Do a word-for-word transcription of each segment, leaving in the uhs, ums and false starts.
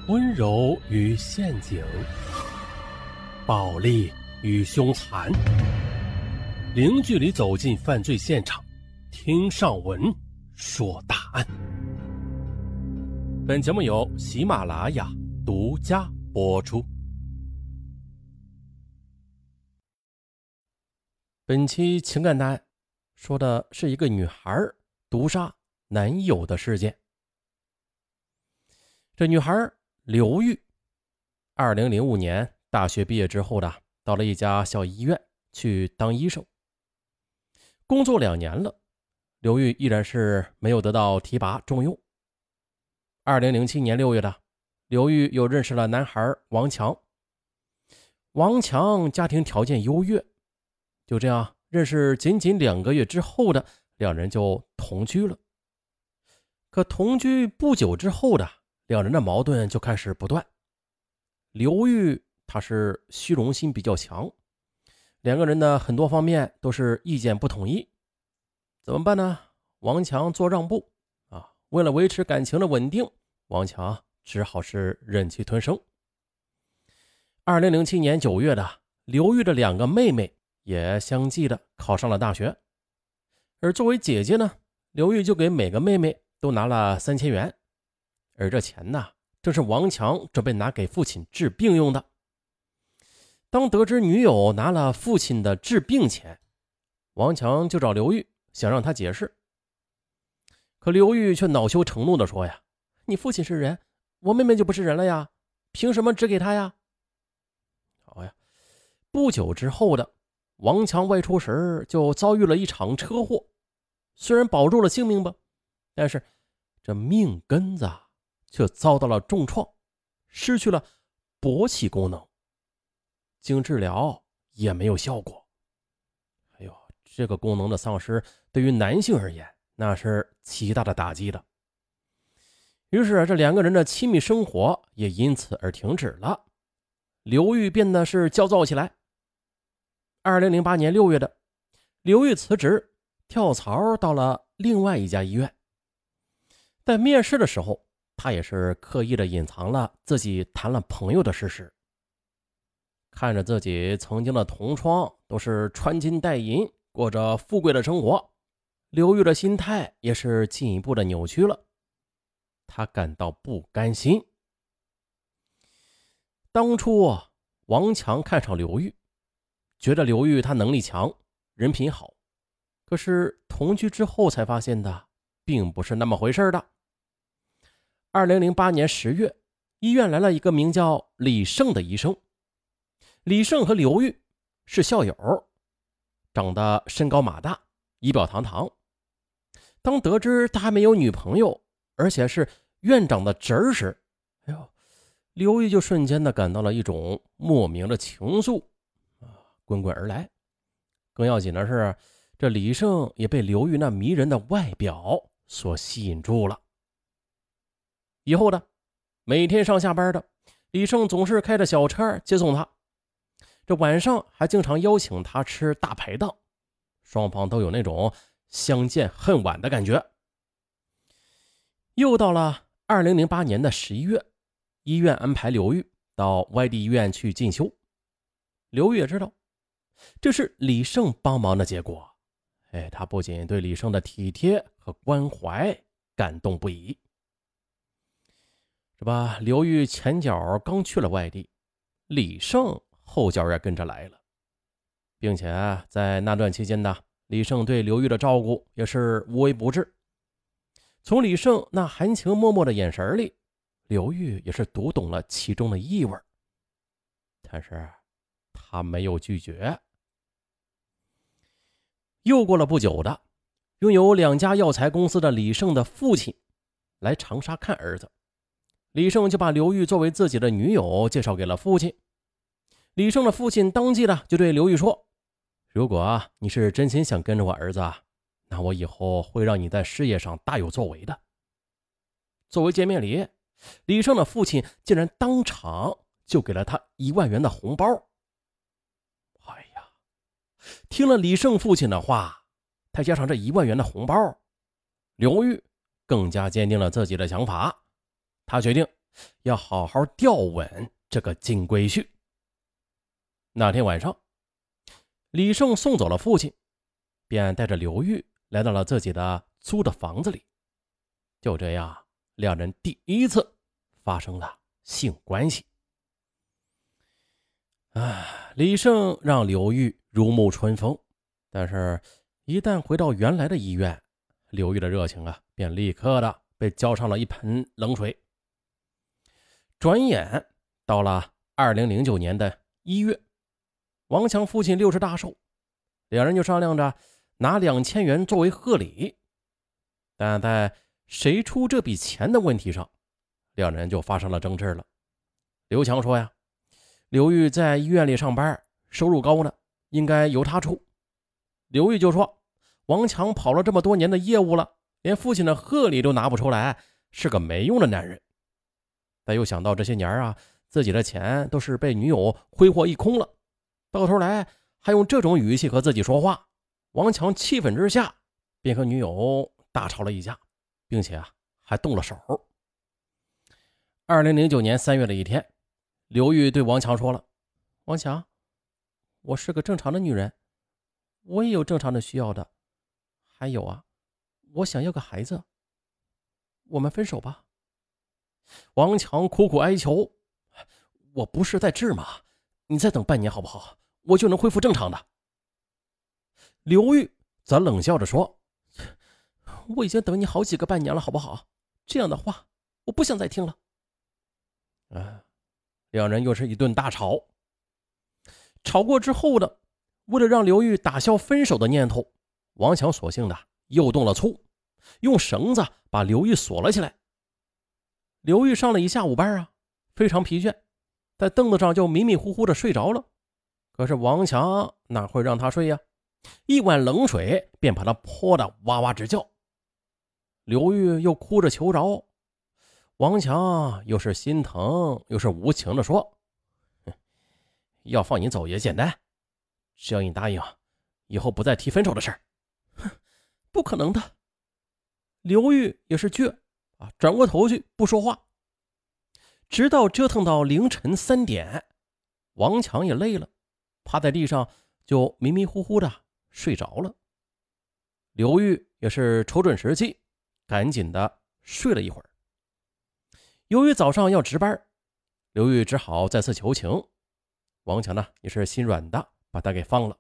温柔与陷阱，暴力与凶残，零距离走进犯罪现场，听上文说大案。本节目由喜马拉雅独家播出。本期情感大案说的是一个女孩毒杀男友的事件。这女孩刘玉二零零五年大学毕业之后的，到了一家小医院去当医生。工作两年了，刘玉依然是没有得到提拔重用。二零零七年六月的，刘玉又认识了男孩王强。王强家庭条件优越，就这样认识仅仅两个月之后的，两人就同居了。可同居不久之后的，两人的矛盾就开始不断。刘玉他是虚荣心比较强，两个人的很多方面都是意见不统一。怎么办呢？王强做让步啊，为了维持感情的稳定，王强只好是忍气吞声。二零零七年九月的，刘玉的两个妹妹也相继的考上了大学。而作为姐姐呢，刘玉就给每个妹妹都拿了三千元。而这钱呢，正是王强准备拿给父亲治病用的。当得知女友拿了父亲的治病钱，王强就找刘玉，想让他解释。可刘玉却恼羞成怒地说呀，你父亲是人，我妹妹就不是人了呀，凭什么只给他呀？好呀，不久之后的，王强外出时就遭遇了一场车祸，虽然保住了性命吧，但是这命根子啊却遭到了重创，失去了勃起功能，经治疗也没有效果。哎呦，这个功能的丧失对于男性而言，那是极大的打击的。于是这两个人的亲密生活也因此而停止了。刘玉变得是焦躁起来。二零零八年六月的，刘玉辞职跳槽到了另外一家医院。在面试的时候，他也是刻意的隐藏了自己谈了朋友的事实。看着自己曾经的同窗都是穿金戴银，过着富贵的生活，刘玉的心态也是进一步的扭曲了。他感到不甘心。当初王强看上刘玉，觉得刘玉他能力强，人品好，可是同居之后才发现的并不是那么回事的。二零零八年十月，医院来了一个名叫李胜的医生。李胜和刘玉是校友，长得身高马大，仪表堂堂。当得知他还没有女朋友，而且是院长的侄儿时，哎呦，刘玉就瞬间的感到了一种莫名的情愫啊，滚滚而来。更要紧的是，这李胜也被刘玉那迷人的外表所吸引住了。以后的每天上下班的，李胜总是开着小车接送他，这晚上还经常邀请他吃大排档，双方都有那种相见恨晚的感觉。又到了二零零八年的十一月，医院安排刘玉到外地医院去进修。刘玉也知道这是李胜帮忙的结果，哎，他不仅对李胜的体贴和关怀感动不已。是吧？刘玉前脚刚去了外地，李胜后脚也跟着来了，并且在那段期间呢，李胜对刘玉的照顾也是无微不至。从李胜那含情脉脉的眼神里，刘玉也是读懂了其中的意味，但是他没有拒绝。又过了不久的，拥有两家药材公司的李胜的父亲来长沙看儿子。李胜就把刘玉作为自己的女友介绍给了父亲。李胜的父亲当即的就对刘玉说，如果你是真心想跟着我儿子啊，那我以后会让你在事业上大有作为的。作为见面礼，李胜的父亲竟然当场就给了他一万元的红包。哎呀，听了李胜父亲的话，再加上这一万元的红包，刘玉更加坚定了自己的想法。他决定要好好吊稳这个金龟婿。那天晚上，李胜送走了父亲，便带着刘玉来到了自己的租的房子里。就这样，两人第一次发生了性关系。啊，李胜让刘玉如沐春风，但是一旦回到原来的医院，刘玉的热情啊，便立刻的被浇上了一盆冷水。转眼到了二零零九年的一月，王强父亲六十大寿，两人就商量着拿两千元作为贺礼，但在谁出这笔钱的问题上，两人就发生了争执了。刘强说呀，刘玉在医院里上班，收入高呢，应该由他出。刘玉就说，王强跑了这么多年的业务了，连父亲的贺礼都拿不出来，是个没用的男人。他又想到这些年啊，自己的钱都是被女友挥霍一空了，到头来还用这种语气和自己说话。王强气愤之下，便和女友大吵了一架，并且啊还动了手。二零零九年三月的一天，刘玉对王强说了，王强，我是个正常的女人，我也有正常的需要的，还有啊，我想要个孩子，我们分手吧。王强苦苦哀求，我不是在治吗？你再等半年好不好？我就能恢复正常的。刘玉则冷笑着说，我已经等你好几个半年了好不好？这样的话我不想再听了。啊，两人又是一顿大吵。吵过之后的，为了让刘玉打消分手的念头，王强索性的又动了粗，用绳子把刘玉锁了起来。刘玉上了一下午班啊，非常疲倦，在凳子上就迷迷糊糊的睡着了。可是王强哪会让他睡呀？一碗冷水便把他泼得哇哇直叫。刘玉又哭着求饶，王强又是心疼又是无情的说，要放你走也简单，只要你答应以后不再提分手的事儿。不可能的。刘玉也是倔啊，转过头去不说话，直到折腾到凌晨三点，王强也累了，趴在地上就迷迷糊糊的睡着了。刘玉也是瞅准时机，赶紧的睡了一会儿。由于早上要值班，刘玉只好再次求情，王强呢也是心软的把他给放了。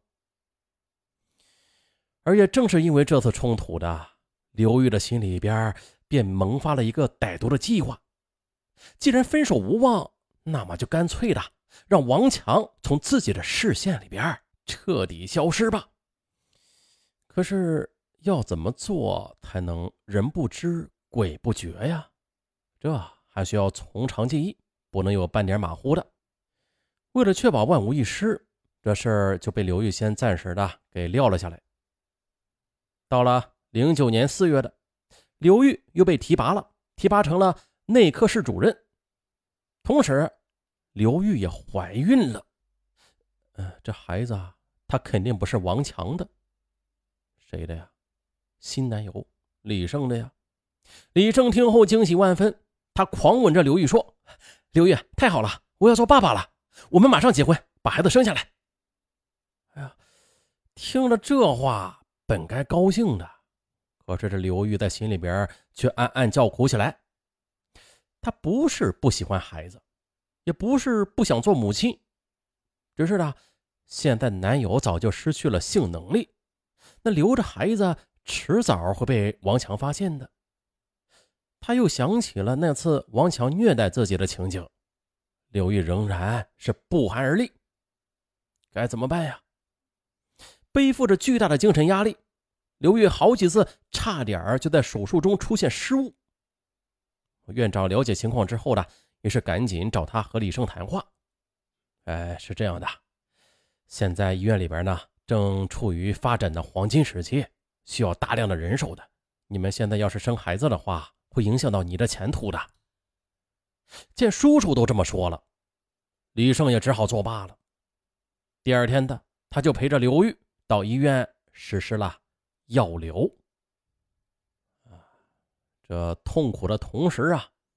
而也正是因为这次冲突的，刘玉的心里边便萌发了一个歹毒的计划。既然分手无望，那么就干脆的让王强从自己的视线里边彻底消失吧。可是要怎么做才能人不知鬼不觉呀？这还需要从长计议，不能有半点马虎的。为了确保万无一失，这事儿就被刘玉先暂时的给撂了下来。到了零九年四月的，刘玉又被提拔了，提拔成了内科室主任。同时刘玉也怀孕了。呃，这孩子啊，他肯定不是王强的。谁的呀？新男友李胜的呀。李胜听后惊喜万分，他狂吻着刘玉说，刘玉，太好了，我要做爸爸了，我们马上结婚，把孩子生下来。哎呀，听了这话本该高兴的，可是这刘玉在心里边却暗暗叫苦起来。她不是不喜欢孩子，也不是不想做母亲，只是呢，现在男友早就失去了性能力，那留着孩子迟早会被王强发现的。她又想起了那次王强虐待自己的情景，刘玉仍然是不寒而栗。该怎么办呀？背负着巨大的精神压力，刘玉好几次差点就在手术中出现失误。院长了解情况之后呢，也是赶紧找他和李胜谈话。哎，是这样的，现在医院里边呢正处于发展的黄金时期，需要大量的人手的。你们现在要是生孩子的话，会影响到你的前途的。见叔叔都这么说了，李胜也只好作罢了。第二天的，他就陪着刘玉到医院实施了药流。这痛苦的同时啊，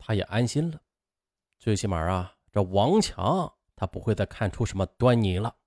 他也安心了，最起码啊，这王强他不会再看出什么端倪了。